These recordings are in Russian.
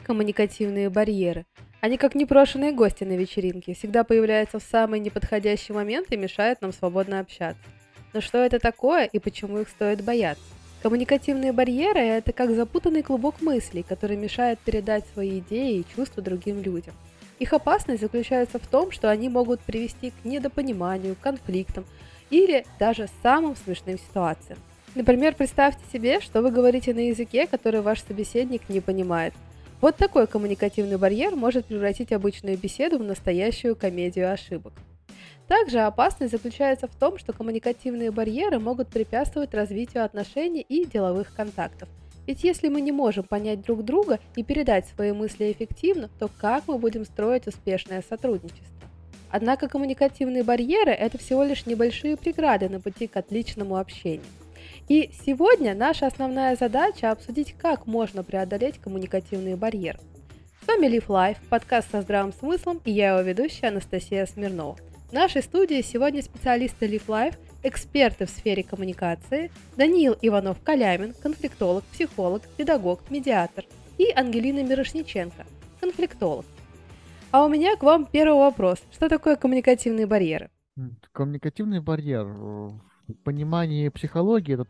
коммуникативные барьеры. Они как непрошенные гости на вечеринке, всегда появляются в самый неподходящий момент и мешают нам свободно общаться. Но что это такое и почему их стоит бояться? Коммуникативные барьеры – это как запутанный клубок мыслей, который мешает передать свои идеи и чувства другим людям. Их опасность заключается в том, что они могут привести к недопониманию, конфликтам или даже самым смешным ситуациям. Например, представьте себе, что вы говорите на языке, который ваш собеседник не понимает. Вот такой коммуникативный барьер может превратить обычную беседу в настоящую комедию ошибок. Также опасность заключается в том, что коммуникативные барьеры могут препятствовать развитию отношений и деловых контактов. Ведь если мы не можем понять друг друга и передать свои мысли эффективно, то как мы будем строить успешное сотрудничество? Однако коммуникативные барьеры – это всего лишь небольшие преграды на пути к отличному общению. И сегодня наша основная задача – обсудить, как можно преодолеть коммуникативные барьеры. С вами Live Life, подкаст со здравым смыслом, и я его ведущая Анастасия Смирнова. В нашей студии сегодня специалисты Live Life, эксперты в сфере коммуникации, Даниил Иванов-Калямин, конфликтолог, психолог, педагог, медиатор, и Ангелина Мирошниченко, конфликтолог. А у меня к вам первый вопрос. Что такое коммуникативные барьеры? Коммуникативный барьер в понимании психологии это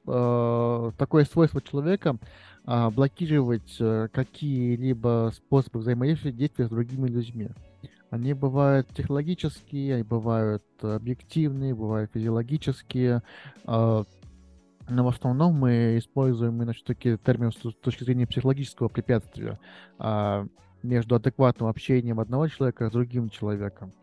такое свойство человека блокировать какие-либо способы взаимодействия с другими людьми. Они бывают психологические, они бывают объективные, бывают физиологические. а, Но в основном мы используем именно все-таки термин с точки зрения психологического препятствия между адекватным общением одного человека с другим человеком.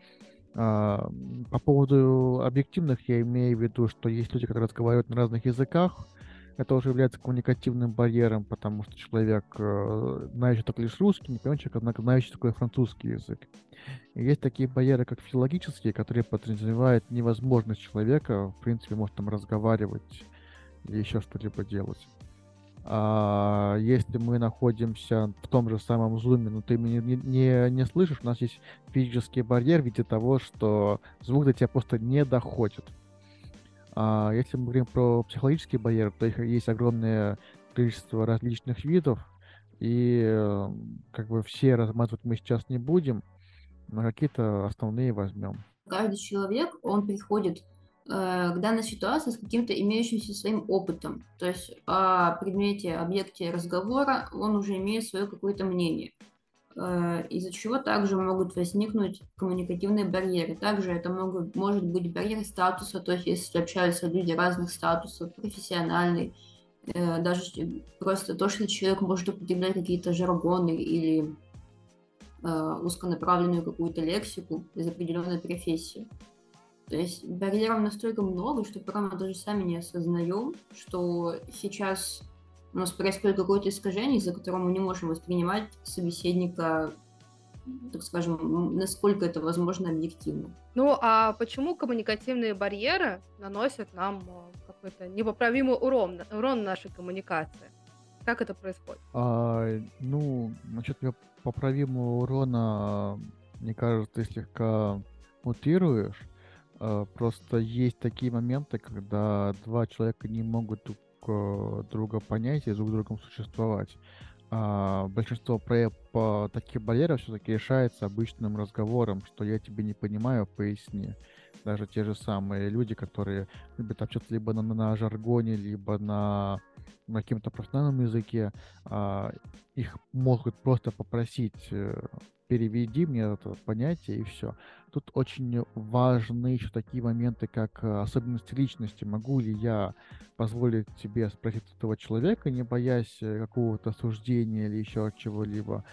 По поводу объективных я имею в виду, что есть люди, которые разговаривают на разных языках. Это уже является коммуникативным барьером, потому что человек, знающий только лишь русский, не понимает человека, однако знающий такой французский язык. И есть такие барьеры, как филологические, которые подразумевают невозможность человека, в принципе, может там разговаривать или еще что-либо делать. Если мы находимся в том же самом зуме, но ты меня не слышишь, у нас есть физический барьер в виде того, что звук до тебя просто не доходит. Если мы говорим про психологические барьеры, то их есть огромное количество различных видов, и как бы все разматывать мы сейчас не будем, но какие-то основные возьмем. Каждый человек, он приходит к данной ситуации с каким-то имеющимся своим опытом. То есть о предмете, объекте разговора он уже имеет свое какое-то мнение, из-за чего также могут возникнуть коммуникативные барьеры. Также это может быть барьер статуса, то есть если общаются люди разных статусов, профессиональный, даже просто то, что человек может употреблять какие-то жаргоны или узконаправленную какую-то лексику из определенной профессии. То есть барьеров настолько много, что порой мы даже сами не осознаем, что сейчас у нас происходит какое-то искажение, из-за которого мы не можем воспринимать собеседника, так скажем, насколько это возможно объективно. Ну, а почему коммуникативные барьеры наносят нам какой-то непоправимый урон нашей коммуникации? Как это происходит? Насчет поправимого урона, мне кажется, ты слегка мутируешь. Просто есть такие моменты, когда два человека не могут друг друга понять и друг с другом существовать. Большинство по таких барьеров все-таки решается обычным разговором, что я тебя не понимаю, поясни. Даже те же самые люди, которые любят общаться либо на жаргоне, либо на каком-то профессиональном языке, их могут просто попросить переведи мне это понятие и все. Тут очень важны еще такие моменты, как особенности личности. Могу ли я позволить тебе спросить этого человека, не боясь какого-то осуждения или еще чего-либо,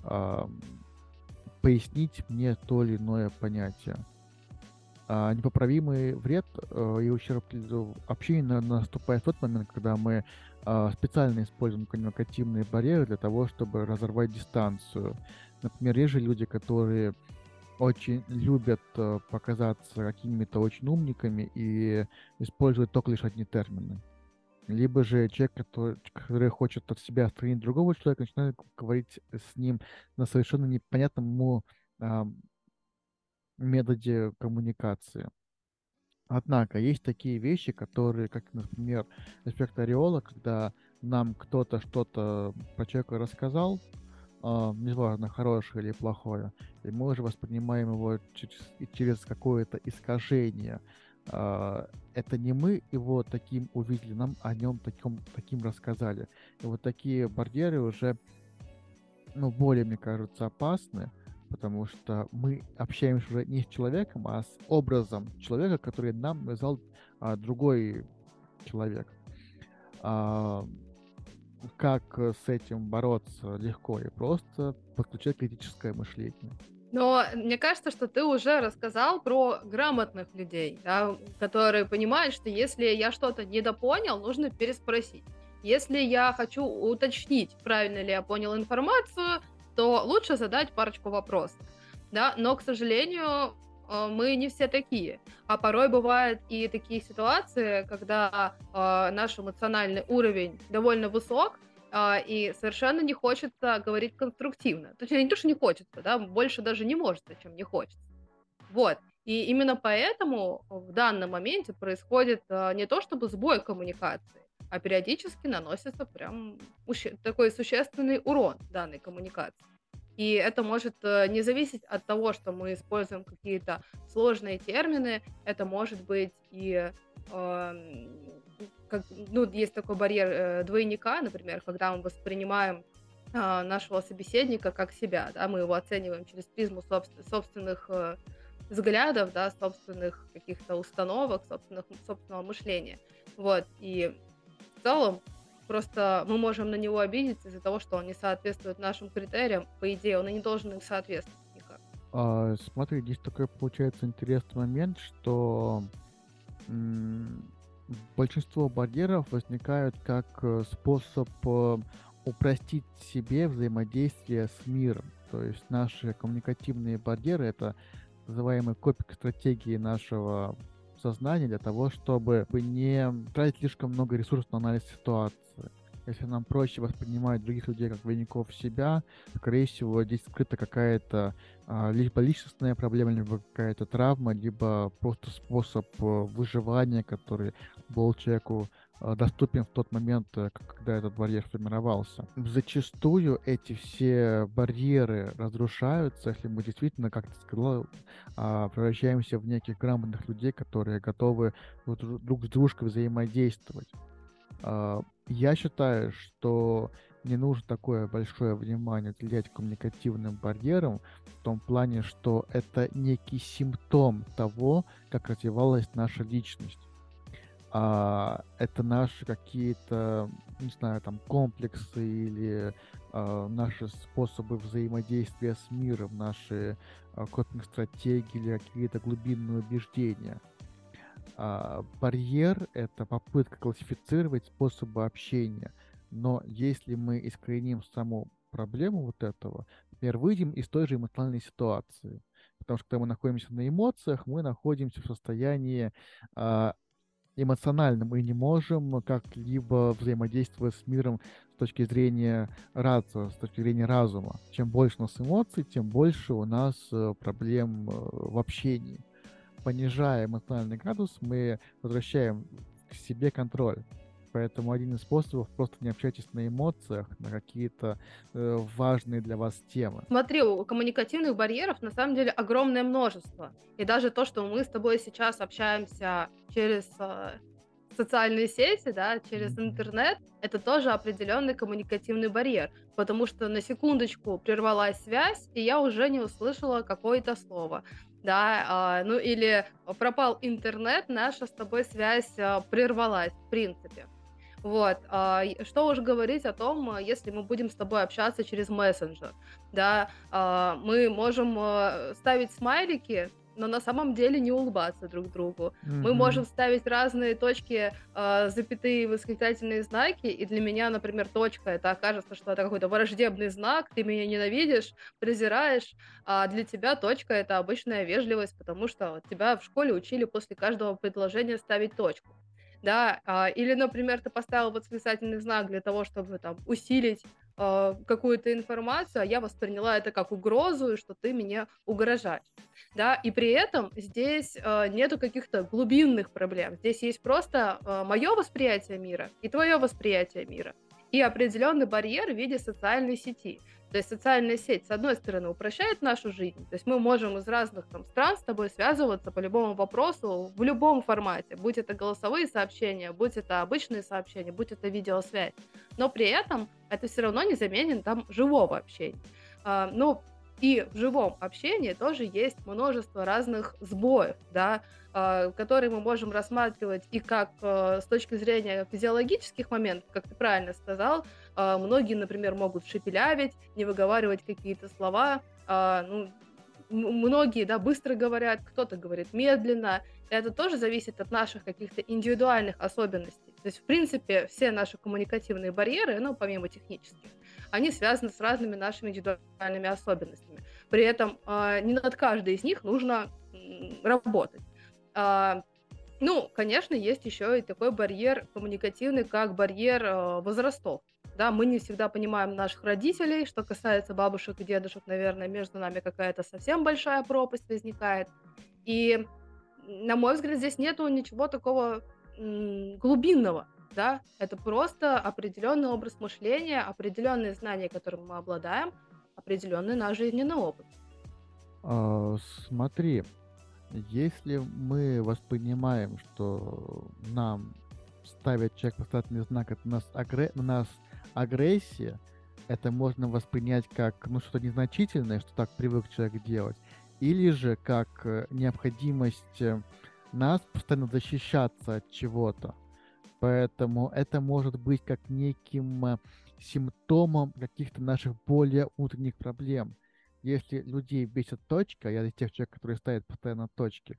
пояснить мне то или иное понятие. Непоправимый вред и ущерб общению наступает в тот момент, когда мы специально используем коммуникативные барьеры для того, чтобы разорвать дистанцию. Например, есть же люди, которые очень любят показаться какими-то очень умниками и используют только лишь одни термины. Либо же человек, который хочет от себя отстранить другого человека, начинает говорить с ним на совершенно непонятном ему методе коммуникации. Однако есть такие вещи, которые, как, например, эффект ореола, когда нам кто-то что-то про человека рассказал, неважно, хорошее или плохое, и мы уже воспринимаем его через какое-то искажение. Это не мы его таким увидели, нам о нем таким рассказали. И вот такие барьеры уже, более, мне кажется, опасны, потому что мы общаемся уже не с человеком, а с образом человека, который нам навязал другой человек. Как с этим бороться легко и просто подключать критическое мышление. Но мне кажется, что ты уже рассказал про грамотных людей, да, которые понимают, что если я что-то недопонял, нужно переспросить. Если я хочу уточнить, правильно ли я понял информацию, то лучше задать парочку вопросов. Да? Но, к сожалению, мы не все такие. А порой бывают и такие ситуации, когда наш эмоциональный уровень довольно высок, и совершенно не хочется говорить конструктивно. Точнее, не то, что не хочется, да, больше даже не может, чем не хочется. Вот. И именно поэтому в данном моменте происходит не то чтобы сбой коммуникации, а периодически наносится прям такой существенный урон данной коммуникации. И это может не зависеть от того, что мы используем какие-то сложные термины, это может быть и есть такой барьер двойника, например, когда мы воспринимаем нашего собеседника как себя, да, мы его оцениваем через призму собственных взглядов, да, собственных каких-то установок, собственного мышления. Вот, и в целом просто мы можем на него обидеться из-за того, что он не соответствует нашим критериям. По идее, он и не должен им соответствовать никак. Смотри, здесь такой получается интересный момент, что большинство барьеров возникают как способ упростить себе взаимодействие с миром. То есть наши коммуникативные барьеры — это называемые копинг-стратегии нашего сознания для того, чтобы не тратить слишком много ресурсов на анализ ситуации. Если нам проще воспринимать других людей как двойников себя, скорее всего, здесь скрыта какая-то либо личностная проблема, либо какая-то травма, либо просто способ выживания, который был человеку доступен в тот момент, когда этот барьер формировался. Зачастую эти все барьеры разрушаются, если мы действительно, как ты сказал, превращаемся в неких грамотных людей, которые готовы друг с дружкой взаимодействовать. Я считаю, что не нужно такое большое внимание уделять коммуникативным барьерам в том плане, что это некий симптом того, как развивалась наша личность. Это наши какие-то, не знаю, там, комплексы или наши способы взаимодействия с миром, наши копинг-стратегии или какие-то глубинные убеждения. Барьер — это попытка классифицировать способы общения. Но если мы искореним саму проблему вот этого, например, выйдем из той же эмоциональной ситуации. Потому что когда мы находимся на эмоциях, мы находимся в состоянии эмоциональном и не можем как-либо взаимодействовать с миром с точки зрения с точки зрения разума. Чем больше у нас эмоций, тем больше у нас проблем в общении. Понижая эмоциональный градус, мы возвращаем к себе контроль. Поэтому один из способов — просто не общайтесь на эмоциях, на какие-то важные для вас темы. Смотри, у коммуникативных барьеров на самом деле огромное множество. И даже то, что мы с тобой сейчас общаемся через социальные сети, да, через интернет, это тоже определенный коммуникативный барьер, потому что на секундочку прервалась связь, и я уже не услышала какое-то слово. Да, или пропал интернет, наша с тобой связь прервалась, в принципе. Вот, что уж говорить о том, если мы будем с тобой общаться через мессенджер, да, мы можем ставить смайлики, но на самом деле не улыбаться друг другу. Мы можем ставить разные точки, запятые, восклицательные знаки, и для меня, например, точка — это окажется, что это какой-то враждебный знак, ты меня ненавидишь, презираешь, а для тебя точка — это обычная вежливость, потому что тебя в школе учили после каждого предложения ставить точку. Да, или, например, ты поставил восклицательный знак для того, чтобы там усилить какую-то информацию, а я восприняла это как угрозу, и что ты мне угрожаешь. Да, и при этом здесь нету каких-то глубинных проблем. Здесь есть просто мое восприятие мира и твое восприятие мира. и определенный барьер в виде социальной сети. То есть социальная сеть, с одной стороны, упрощает нашу жизнь, то есть мы можем из разных там стран с тобой связываться по любому вопросу в любом формате, будь это голосовые сообщения, будь это обычные сообщения, будь это видеосвязь, но при этом это все равно не заменит там живого общения. Ну, и в живом общении тоже есть множество разных сбоев, да, которые мы можем рассматривать и как с точки зрения физиологических моментов, как ты правильно сказал, многие, например, могут шепелявить, не выговаривать какие-то слова, ну, многие, да, быстро говорят, кто-то говорит медленно. Это тоже зависит от наших каких-то индивидуальных особенностей. То есть, в принципе, все наши коммуникативные барьеры, ну, помимо технических, они связаны с разными нашими индивидуальными особенностями. При этом не над каждой из них нужно работать. Ну, конечно, есть еще и такой барьер коммуникативный, как барьер возрастов. Да, мы не всегда понимаем наших родителей. Что касается бабушек и дедушек, наверное, между нами какая-то совсем большая пропасть возникает. И, на мой взгляд, здесь нету ничего такого глубинного. Да? Это просто определенный образ мышления, определенные знания, которыми мы обладаем, определенный наш жизненный опыт. Смотри, если мы воспринимаем, что нам ставит человек восклицательный знак, это у нас агрессия, это можно воспринять как что-то незначительное, что так привык человек делать, или же как необходимость нас постоянно защищаться от чего-то. Поэтому это может быть как неким симптомом каких-то наших более внутренних проблем. Если людей бесит точка, я из тех человек, которые ставят постоянно точки,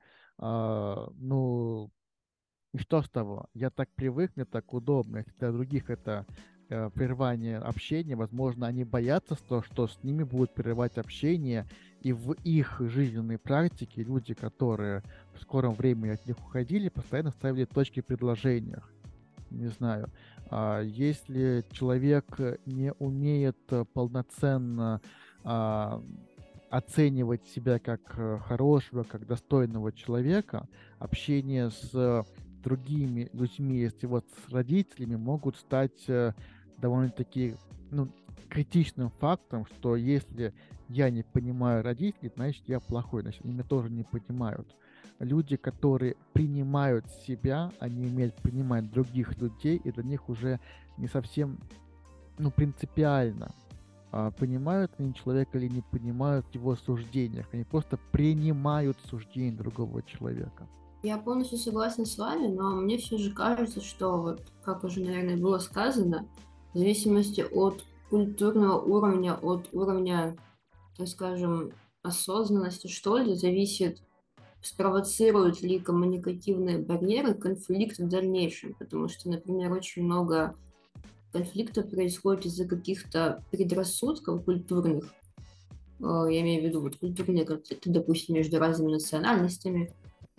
ну, и что с того? Я так привык, мне так удобно. Если для других это прерывание общения, возможно, они боятся, что с ними будут прерывать общение, и в их жизненной практике люди, которые в скором времени от них уходили, постоянно ставили точки в предложениях. Не знаю. Если человек не умеет полноценно оценивать себя как хорошего, как достойного человека, общение с другими людьми, если вот с родителями, могут стать довольно-таки критичным фактом, что если я не понимаю родителей, значит я плохой, значит они меня тоже не понимают. Люди, которые принимают себя, они умеют принимать других людей, и для них уже не совсем принципиально, понимают они человека или не понимают его суждениях. Они просто принимают суждения другого человека. Я полностью согласна с вами, но мне все же кажется, что, вот, как уже, наверное, было сказано, в зависимости от культурного уровня, от уровня, так скажем, осознанности, что ли, зависит, спровоцируют ли коммуникативные барьеры конфликт в дальнейшем. Потому что, например, очень много конфликтов происходит из-за каких-то предрассудков культурных. Я имею в виду вот культурные конфликты, допустим, между разными национальностями.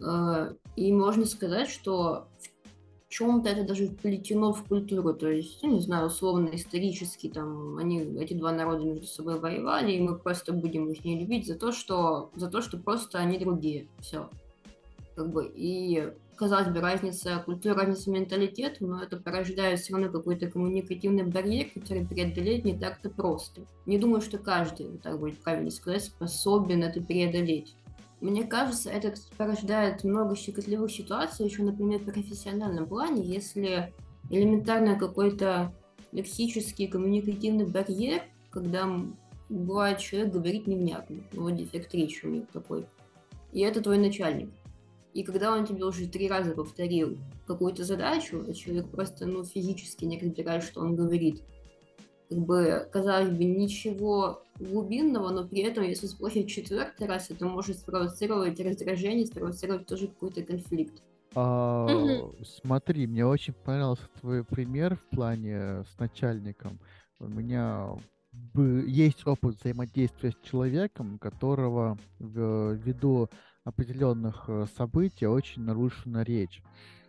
И можно сказать, что в чем-то это даже вплетено в культуру. То есть, я не знаю, условно, исторически там эти два народа между собой воевали, и мы просто будем их не любить за то, что просто они другие. Все. И, казалось бы, разница культуры, разница менталитета, но это порождает все равно какой-то коммуникативный барьер, который преодолеть не так-то просто. Не думаю, что каждый, вот так будет правильно сказать, способен это преодолеть. Мне кажется, это порождает много щекотливых ситуаций еще, например, в профессиональном плане, если элементарно какой-то лексический коммуникативный барьер, когда бывает человек говорит невнятно, вот дефект речи у него такой, и это твой начальник. И когда он тебе уже 3 раза повторил какую-то задачу, а человек просто физически не разбирает, что он говорит, казалось бы, ничего глубинного, но при этом, если спросить 4-й раз, это может спровоцировать раздражение, спровоцировать тоже какой-то конфликт. Смотри, мне очень понравился твой пример в плане с начальником. У меня есть опыт взаимодействия с человеком, у которого ввиду определенных событий очень нарушена речь.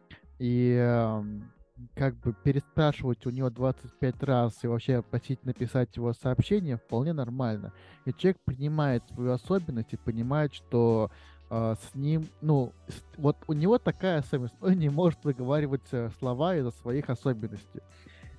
И переспрашивать у него 25 раз и вообще просить написать его сообщение вполне нормально. И человек принимает свою особенность и понимает, что с ним, вот у него такая особенность, он не может выговаривать слова из-за своих особенностей.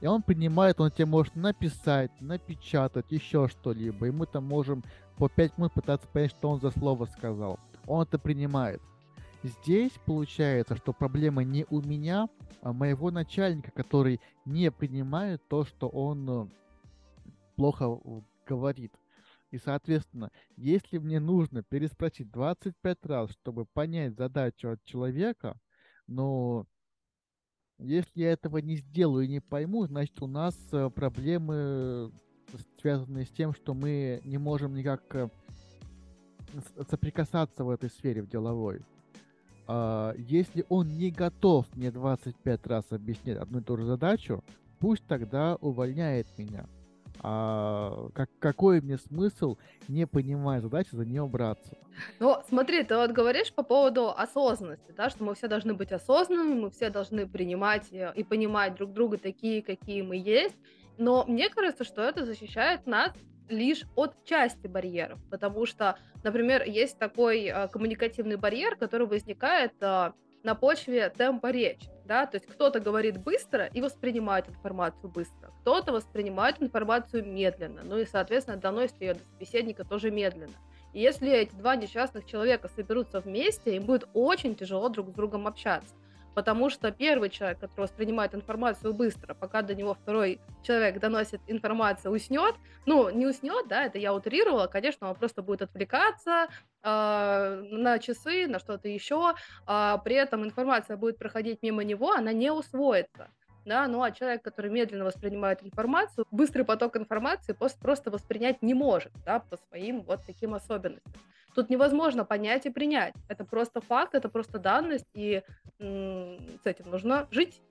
И он принимает, он тебе может написать, напечатать, еще что-либо. И мы там можем по 5 минут пытаться понять, что он за слово сказал. Он это принимает. Здесь получается, что проблема не у меня, а моего начальника, который не принимает то, что он плохо говорит. И, соответственно, если мне нужно переспросить 25 раз, чтобы понять задачу от человека, но если я этого не сделаю и не пойму, значит, у нас проблемы, связанные с тем, что мы не можем никак соприкасаться в этой сфере, в деловой. Если он не готов мне 25 раз объяснять одну и ту же задачу, пусть тогда увольняет меня. Какой мне смысл, не понимая задачи, за нее браться? Ну, смотри, ты вот говоришь по поводу осознанности, да, что мы все должны быть осознанными, мы все должны принимать и понимать друг друга такие, какие мы есть, но мне кажется, что это защищает нас лишь от части барьеров, потому что, например, есть такой коммуникативный барьер, который возникает на почве темпа речи, да, то есть кто-то говорит быстро и воспринимает информацию быстро, кто-то воспринимает информацию медленно, ну и, соответственно, доносит ее до собеседника тоже медленно. И если эти два несчастных человека соберутся вместе, им будет очень тяжело друг с другом общаться. Потому что первый человек, который воспринимает информацию быстро, пока до него второй человек доносит информацию, уснет. Ну, не уснет, да, это я утрировала, конечно, он просто будет отвлекаться на часы, на что-то еще, при этом информация будет проходить мимо него, она не усвоится. Да, ну а человек, который медленно воспринимает информацию, быстрый поток информации просто воспринять не может, да, по своим вот таким особенностям. Тут невозможно понять и принять. Это просто факт, это просто данность, и с этим нужно жить.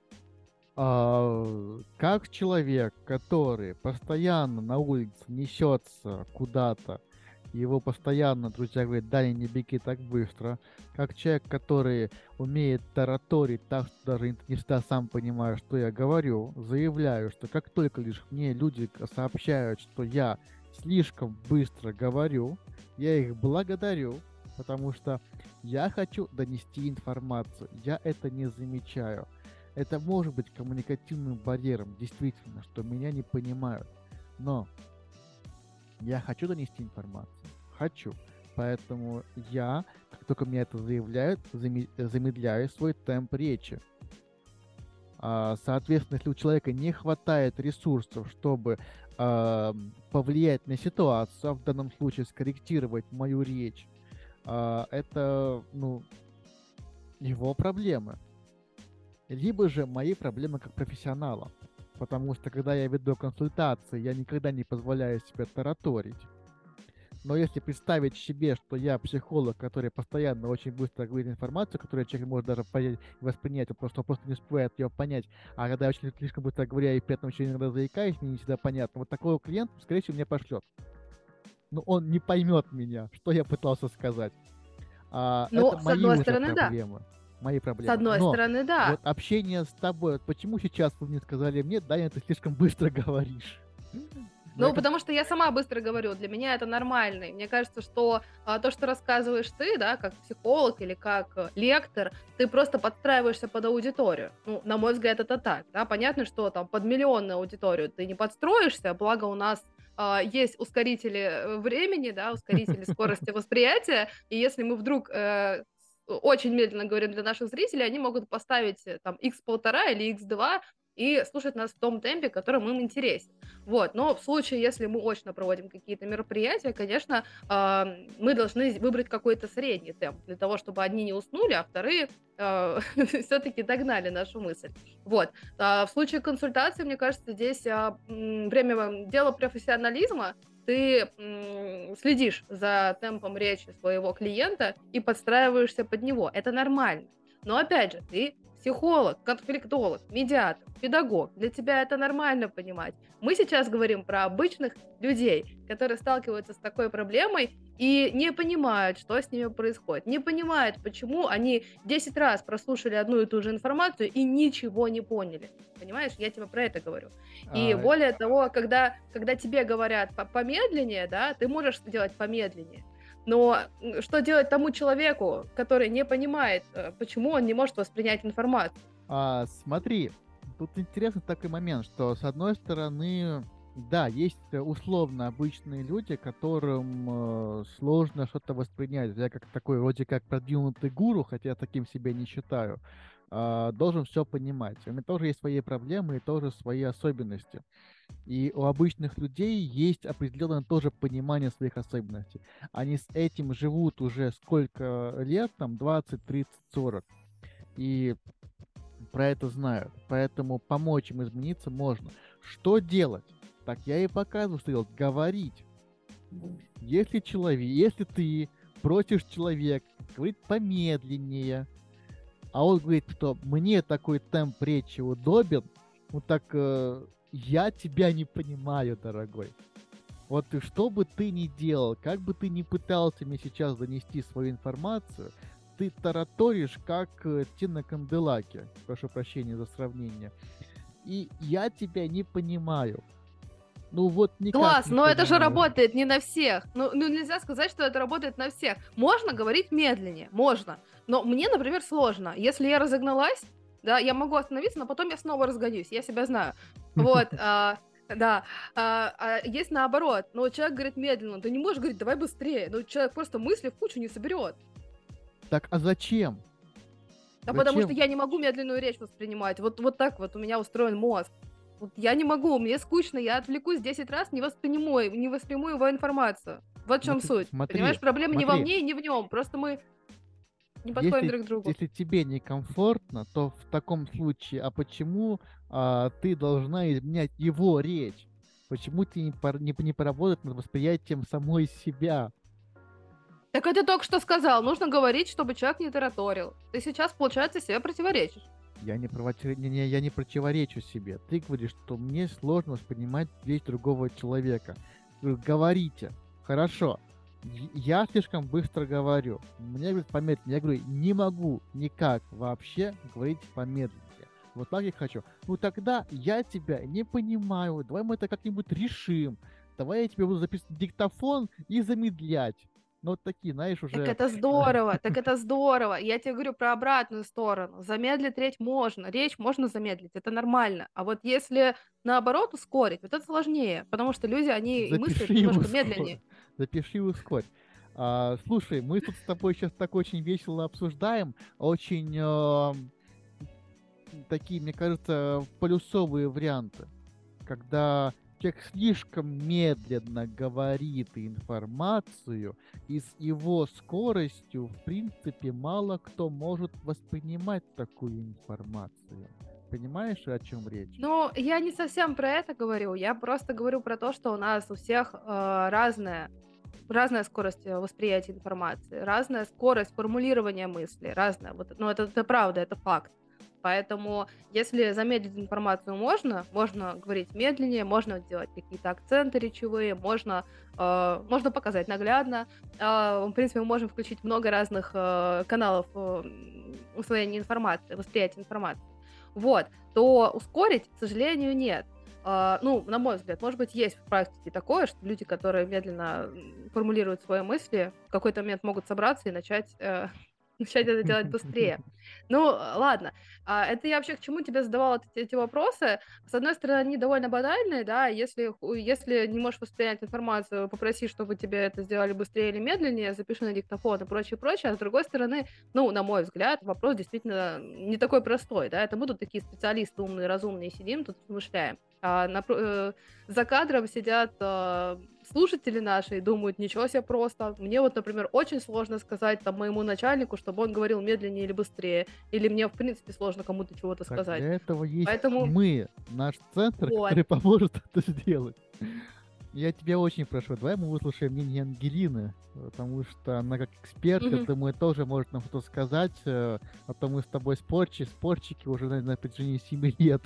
Как человек, который постоянно на улице несется куда-то, его постоянно друзья говорят: Даня, не беги так быстро. Как человек, который умеет тараторить так, что даже не всегда сам понимаю, что я говорю, заявляю, что как только лишь мне люди сообщают, что я слишком быстро говорю, я их благодарю, потому что я хочу донести информацию, я это не замечаю. Это может быть коммуникативным барьером, действительно, что меня не понимают. Но я хочу донести информацию. Хочу. Поэтому я, как только мне это заявляют, замедляю свой темп речи. Соответственно, если у человека не хватает ресурсов, чтобы повлиять на ситуацию, а в данном случае скорректировать мою речь, это, его проблемы. Либо же мои проблемы как профессионала. Потому что, когда я веду консультации, я никогда не позволяю себе тараторить. Но если представить себе, что я психолог, который постоянно очень быстро говорит информацию, которую человек может даже понять, воспринять, он просто не успевает ее понять, а когда я очень слишком быстро говорю, и при этом еще иногда заикаюсь, мне не всегда понятно, вот такого клиента, скорее всего, меня пошлет. Но он не поймет меня, что я пытался сказать. Ну, Это с мои одной уже стороны, да. проблемы. Мои С проблемы. одной Но стороны, да. вот общение с тобой, вот почему сейчас вы мне сказали мне: Даня, ты слишком быстро говоришь? Ну, потому что я сама быстро говорю, для меня это нормально. И мне кажется, что то, что рассказываешь ты, да, как психолог или как лектор, ты просто подстраиваешься под аудиторию. Ну, на мой взгляд, это так, да. Понятно, что там под миллионную аудиторию ты не подстроишься, благо у нас есть ускорители времени, да, ускорители скорости восприятия, и если мы вдруг очень медленно говорим для наших зрителей, они могут поставить там x1,5 или x2 и слушать нас в том темпе, которым им интересен. Вот. Но в случае, если мы очно проводим какие-то мероприятия, конечно, мы должны выбрать какой-то средний темп для того, чтобы одни не уснули, а вторые все-таки догнали нашу мысль. Вот. В случае консультации, мне кажется, здесь время дело профессионализма. Ты следишь за темпом речи своего клиента и подстраиваешься под него. Это нормально. Но опять же, ты психолог, конфликтолог, медиатор, педагог. Для тебя это нормально понимать. Мы сейчас говорим про обычных людей, которые сталкиваются с такой проблемой и не понимают, что с ними происходит. Не понимают, почему они 10 раз прослушали одну и ту же информацию и ничего не поняли. Понимаешь, я тебе про это говорю. И более того, когда тебе говорят помедленнее, да, ты можешь сделать помедленнее. Но что делать тому человеку, который не понимает, почему он не может воспринять информацию? Смотри, Тут интересный такой момент, что с одной стороны, да, есть условно обычные люди, которым сложно что-то воспринять. Я как такой вроде как продвинутый гуру, хотя я таким себя не считаю, должен все понимать. У меня тоже есть свои проблемы и тоже свои особенности. И у обычных людей есть определенное тоже понимание своих особенностей. Они с этим живут уже сколько лет, там 20, 30, 40. И про это знают. Поэтому помочь им измениться можно. Что делать? Так я и показываю, что делать. Говорить. Если ты просишь человека говорить помедленнее, а он говорит, что мне такой темп речи удобен, ну так я тебя не понимаю, дорогой. Вот и что бы ты ни делал, как бы ты ни пытался мне сейчас донести свою информацию, ты тараторишь, как те на Канделаке. Прошу прощения за сравнение. И я тебя не понимаю. Ну вот никак Класс, не но это же понимаю. работает не на всех. Ну, нельзя сказать, что это работает на всех. Можно говорить медленнее, можно. Но мне, например, сложно. Если я разогналась, да, я могу остановиться, но потом я снова разгонюсь. Я себя знаю. Вот, да. Есть наоборот. Но человек говорит медленно. Ты не можешь говорить, давай быстрее. Ну, человек просто мысли в кучу не соберет. Так, а зачем? Да потому что Зачем? я не могу медленную речь воспринимать. Вот так вот у меня устроен мозг. Вот я не могу, мне скучно, я отвлекусь 10 раз, не восприму его информацию. Вот в чем суть. Понимаешь, проблема не во Смотри. мне и не в нем. Просто мы не подходим Если, друг к другу. если тебе некомфортно, то в таком случае, а почему ты должна изменять его речь? Почему ты не поработать над восприятием самой себя? Так это только что сказал. Нужно говорить, чтобы человек не тараторил. Ты сейчас, получается, себе противоречишь. Я не противоречу себе. Ты говоришь, что мне сложно воспринимать речь другого человека. Говорите. Хорошо. Я слишком быстро говорю. Мне говорят помедленнее. Я говорю, не могу никак вообще говорить помедленнее. Вот так я хочу. Ну тогда я тебя не понимаю. Давай мы это как-нибудь решим. Давай я тебе буду записывать диктофон и замедлять. Ну вот такие, знаешь, уже... Так это здорово. Я тебе говорю про обратную сторону. Замедлить речь можно замедлить, это нормально. А вот если наоборот ускорить, вот это сложнее, потому что люди, они и мыслят Запиши и немножко ускорь. медленнее. Запиши и ускорь. Слушай, мы тут с тобой сейчас так очень весело обсуждаем, очень такие, мне кажется, полюсовые варианты, когда человек слишком медленно говорит информацию, и с его скоростью, в принципе, мало кто может воспринимать такую информацию. Понимаешь, о чем речь? Ну, я не совсем про это говорю, я просто говорю про то, что у нас у всех разная скорость восприятия информации, разная скорость формулирования мысли, разная. Вот, ну, это правда, это факт. Поэтому, если замедлить информацию можно говорить медленнее, можно делать какие-то акценты речевые, можно показать наглядно. В принципе, мы можем включить много разных каналов усвоения информации, восприятия информации. Вот, то ускорить, к сожалению, нет. Ну, на мой взгляд, может быть, есть в практике такое, что люди, которые медленно формулируют свои мысли, в какой-то момент могут собраться и начать это делать быстрее. Ну, ладно. Это я вообще к чему тебе задавала эти вопросы? С одной стороны, они довольно банальные, да, если не можешь воспринять информацию, попроси, чтобы тебе это сделали быстрее или медленнее, запиши на диктофон и прочее, прочее. А с другой стороны, ну, на мой взгляд, вопрос действительно не такой простой, да, это будут такие специалисты умные, разумные, сидим тут размышляем. За кадром сидят слушатели наши и думают, ничего себе просто. Мне вот, например, очень сложно сказать там моему начальнику, чтобы он говорил медленнее или быстрее. Или мне, в принципе, сложно кому-то чего-то Так сказать. для этого есть Поэтому... мы, наш центр, Вот. который поможет это сделать. Я тебя очень прошу, давай мы выслушаем мнение Ангелины, потому что она как эксперт, я думаю, тоже может нам что-то сказать, а то мы с тобой спорчики уже на протяжении 7 лет.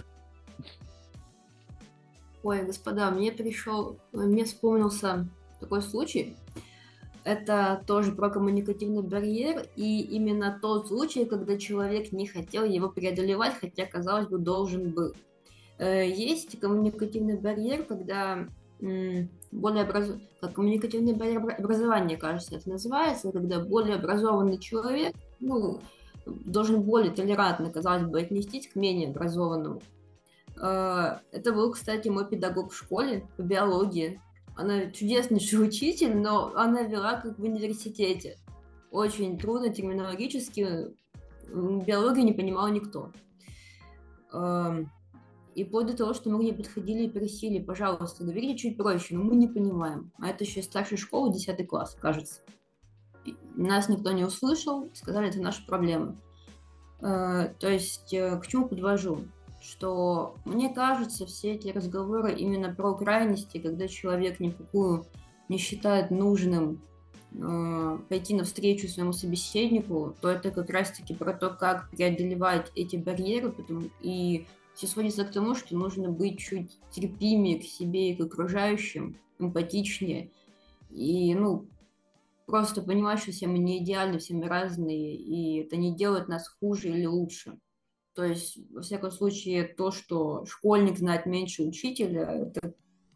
Ой, господа, мне вспомнился такой случай. Это тоже про коммуникативный барьер, и именно тот случай, когда человек не хотел его преодолевать, хотя, казалось бы, должен был. Есть коммуникативный барьер, когда коммуникативный барьер образования, кажется, это называется, когда более образованный человек, должен более толерантно, казалось бы, отнестись к менее образованному. Это был, кстати, мой педагог в школе по биологии. Она чудеснейший учитель, но она вела как в университете. Очень трудно терминологически. Биологию не понимал никто. И вплоть до того, что мы к ней подходили и просили, пожалуйста, говорите чуть проще, но мы не понимаем. А это еще из старшей школы, 10 класс, кажется. И нас никто не услышал, сказали, это наша проблема. То есть, к чему подвожу? Что, мне кажется, все эти разговоры именно про крайности, когда человек никакую не считает нужным пойти навстречу своему собеседнику, то это как раз-таки про то, как преодолевать эти барьеры, и все сводится к тому, что нужно быть чуть терпимее к себе и к окружающим, эмпатичнее, и, просто понимать, что все мы не идеальны, все мы разные, и это не делает нас хуже или лучше. То есть, во всяком случае, то, что школьник знает меньше учителя, это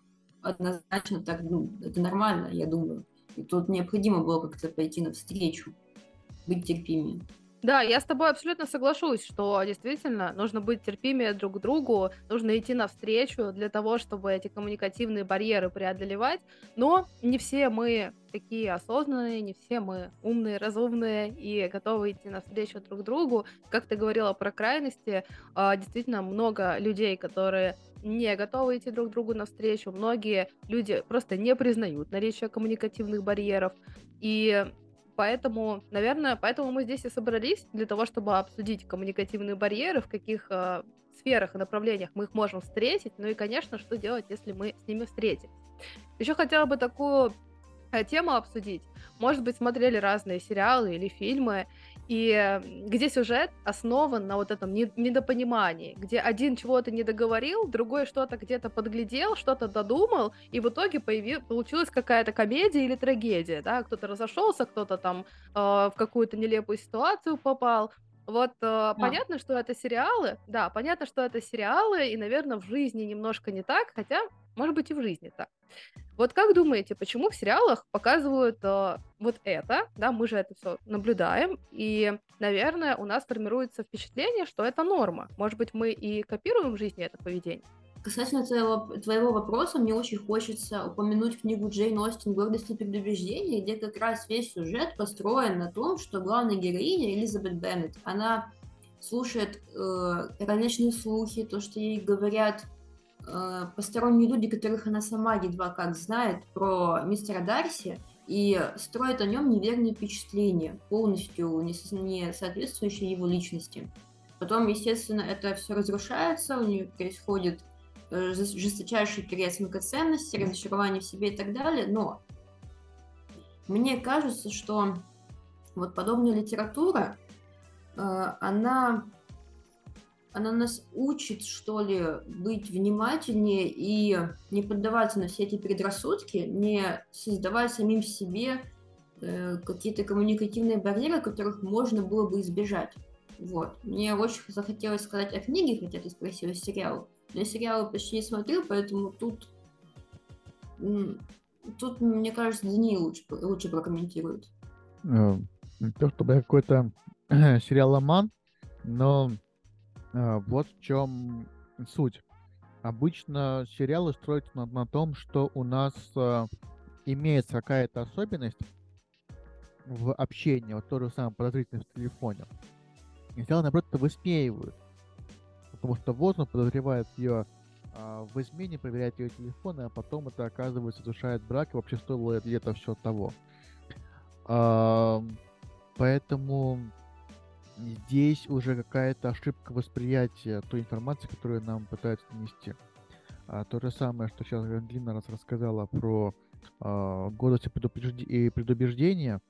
однозначно так, это нормально, я думаю. И тут необходимо было как-то пойти навстречу, быть терпимее. Да, я с тобой абсолютно соглашусь, что действительно нужно быть терпимее друг к другу, нужно идти навстречу для того, чтобы эти коммуникативные барьеры преодолевать, но не все мы такие осознанные, не все мы умные, разумные и готовы идти навстречу друг другу. Как ты говорила про крайности, действительно много людей, которые не готовы идти друг другу навстречу, многие люди просто не признают наличие коммуникативных барьеров, и поэтому, наверное, поэтому мы здесь и собрались для того, чтобы обсудить коммуникативные барьеры, в каких сферах и направлениях мы их можем встретить, ну и, конечно, что делать, если мы с ними встретились. Еще хотела бы такую тему обсудить. Может быть, смотрели разные сериалы или фильмы, и где сюжет основан на вот этом недопонимании, где один чего-то не договорил, другой что-то где-то подглядел, что-то додумал, и в итоге получилась какая-то комедия или трагедия, да, кто-то разошелся, кто-то там в какую-то нелепую ситуацию попал. Вот Да. понятно, что это сериалы, да, понятно, что это сериалы, и, наверное, в жизни немножко не так, хотя, может быть, и в жизни так. Вот как думаете, почему в сериалах показывают вот это, да, мы же это все наблюдаем, и, наверное, у нас формируется впечатление, что это норма. Может быть, мы и копируем в жизни это поведение? Касательно твоего вопроса, мне очень хочется упомянуть книгу Джейн Остин «Гордость и предубеждение», где как раз весь сюжет построен на том, что главная героиня Элизабет Беннет, она слушает различные слухи, то, что ей говорят посторонние люди, которых она сама едва как знает, про мистера Дарси, и строит о нем неверные впечатления, полностью не соответствующие его личности. Потом, естественно, это все разрушается, у нее происходит жесточайший переоценка ценностей, разочарование в себе и так далее, но мне кажется, что вот подобная литература, она нас учит, что ли, быть внимательнее и не поддаваться на все эти предрассудки, не создавать самим себе какие-то коммуникативные барьеры, которых можно было бы избежать. Вот. Мне очень захотелось сказать о книге, хотя ты спросила сериал. Я сериалы почти не смотрю, поэтому тут, мне кажется, Даниил лучше прокомментирует. То, чтобы я какой-то сериаломан, но вот в чем суть. Обычно сериалы строятся на том, что у нас имеется какая-то особенность в общении, вот то же самое подозрительность в телефоне. И сериалы, наоборот, это высмеивают. Потому что вот он подозревает ее в измене, проверяет ее телефон, а потом это, оказывается, разрушает брак, и вообще стоило ли это все того. Поэтому здесь уже какая-то ошибка восприятия той информации, которую нам пытаются донести. То же самое, что сейчас Ангелина раз рассказала про гордость и предубеждение,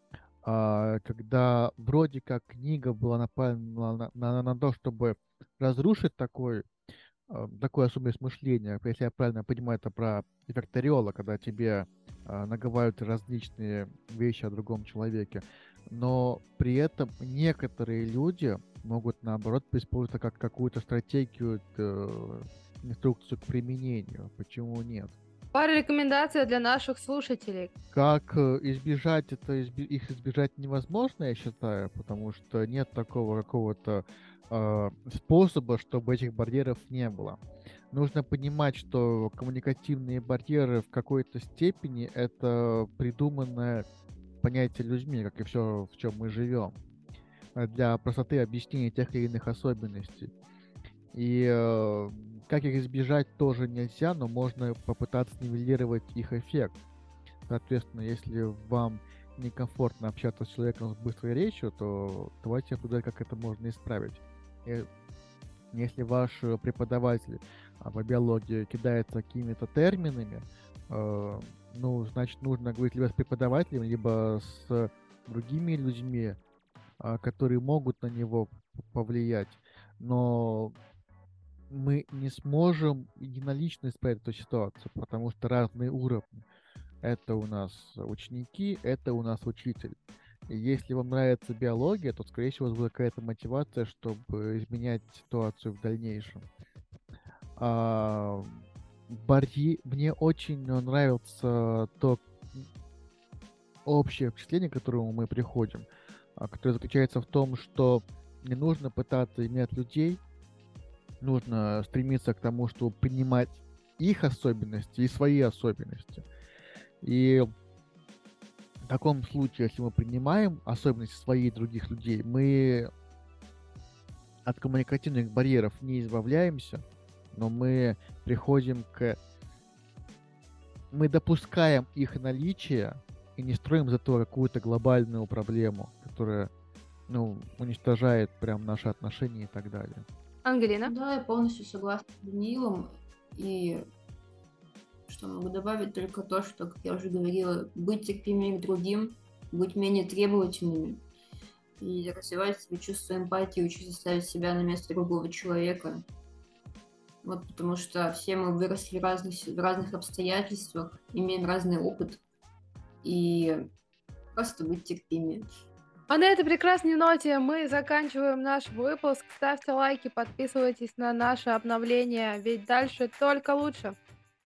когда вроде как книга была направлена на то, чтобы разрушить такую особенность мышления. Если я правильно понимаю, это про эффект ореола, когда тебе наговаривают различные вещи о другом человеке. Но при этом некоторые люди могут, наоборот, использовать это как какую-то стратегию, инструкцию к применению. Почему нет? Пара рекомендаций для наших слушателей. Как избежать их избежать невозможно, я считаю, потому что нет такого какого-то способа, чтобы этих барьеров не было. Нужно понимать, что коммуникативные барьеры в какой-то степени это придуманное понятие людьми, как и все, в чем мы живем, для простоты объяснения тех или иных особенностей. И как их избежать тоже нельзя, но можно попытаться нивелировать их эффект. Соответственно, если вам некомфортно общаться с человеком с быстрой речью, то давайте обсуждать, как это можно исправить. И если ваш преподаватель по биологии кидается какими-то терминами, ну, значит, нужно говорить либо с преподавателем, либо с другими людьми, которые могут на него повлиять. Но мы не сможем единолично исправить эту ситуацию, потому что разные уровни. Это у нас ученики, это у нас учитель. И если вам нравится биология, то, скорее всего, у вас будет какая-то мотивация, чтобы изменять ситуацию в дальнейшем. Мне очень нравится то общее впечатление, к которому мы приходим, которое заключается в том, что не нужно пытаться иметь людей, нужно стремиться к тому, чтобы принимать их особенности и свои особенности. И в таком случае, если мы принимаем особенности своих и других людей, мы от коммуникативных барьеров не избавляемся, но мы приходим к... Мы допускаем их наличие и не строим из этого какую-то глобальную проблему, которая, ну, уничтожает прям наши отношения и так далее. Ангелина? Да, я полностью согласна с Даниилом. И что могу добавить только то, что, как я уже говорила, быть терпимее к другим, быть менее требовательными и развивать в себе чувство эмпатии, учиться ставить себя на место другого человека. Вот потому что все мы выросли в разных обстоятельствах, имеем разный опыт, и просто быть терпимее. А на этой прекрасной ноте мы заканчиваем наш выпуск. Ставьте лайки, подписывайтесь на наши обновления, ведь дальше только лучше.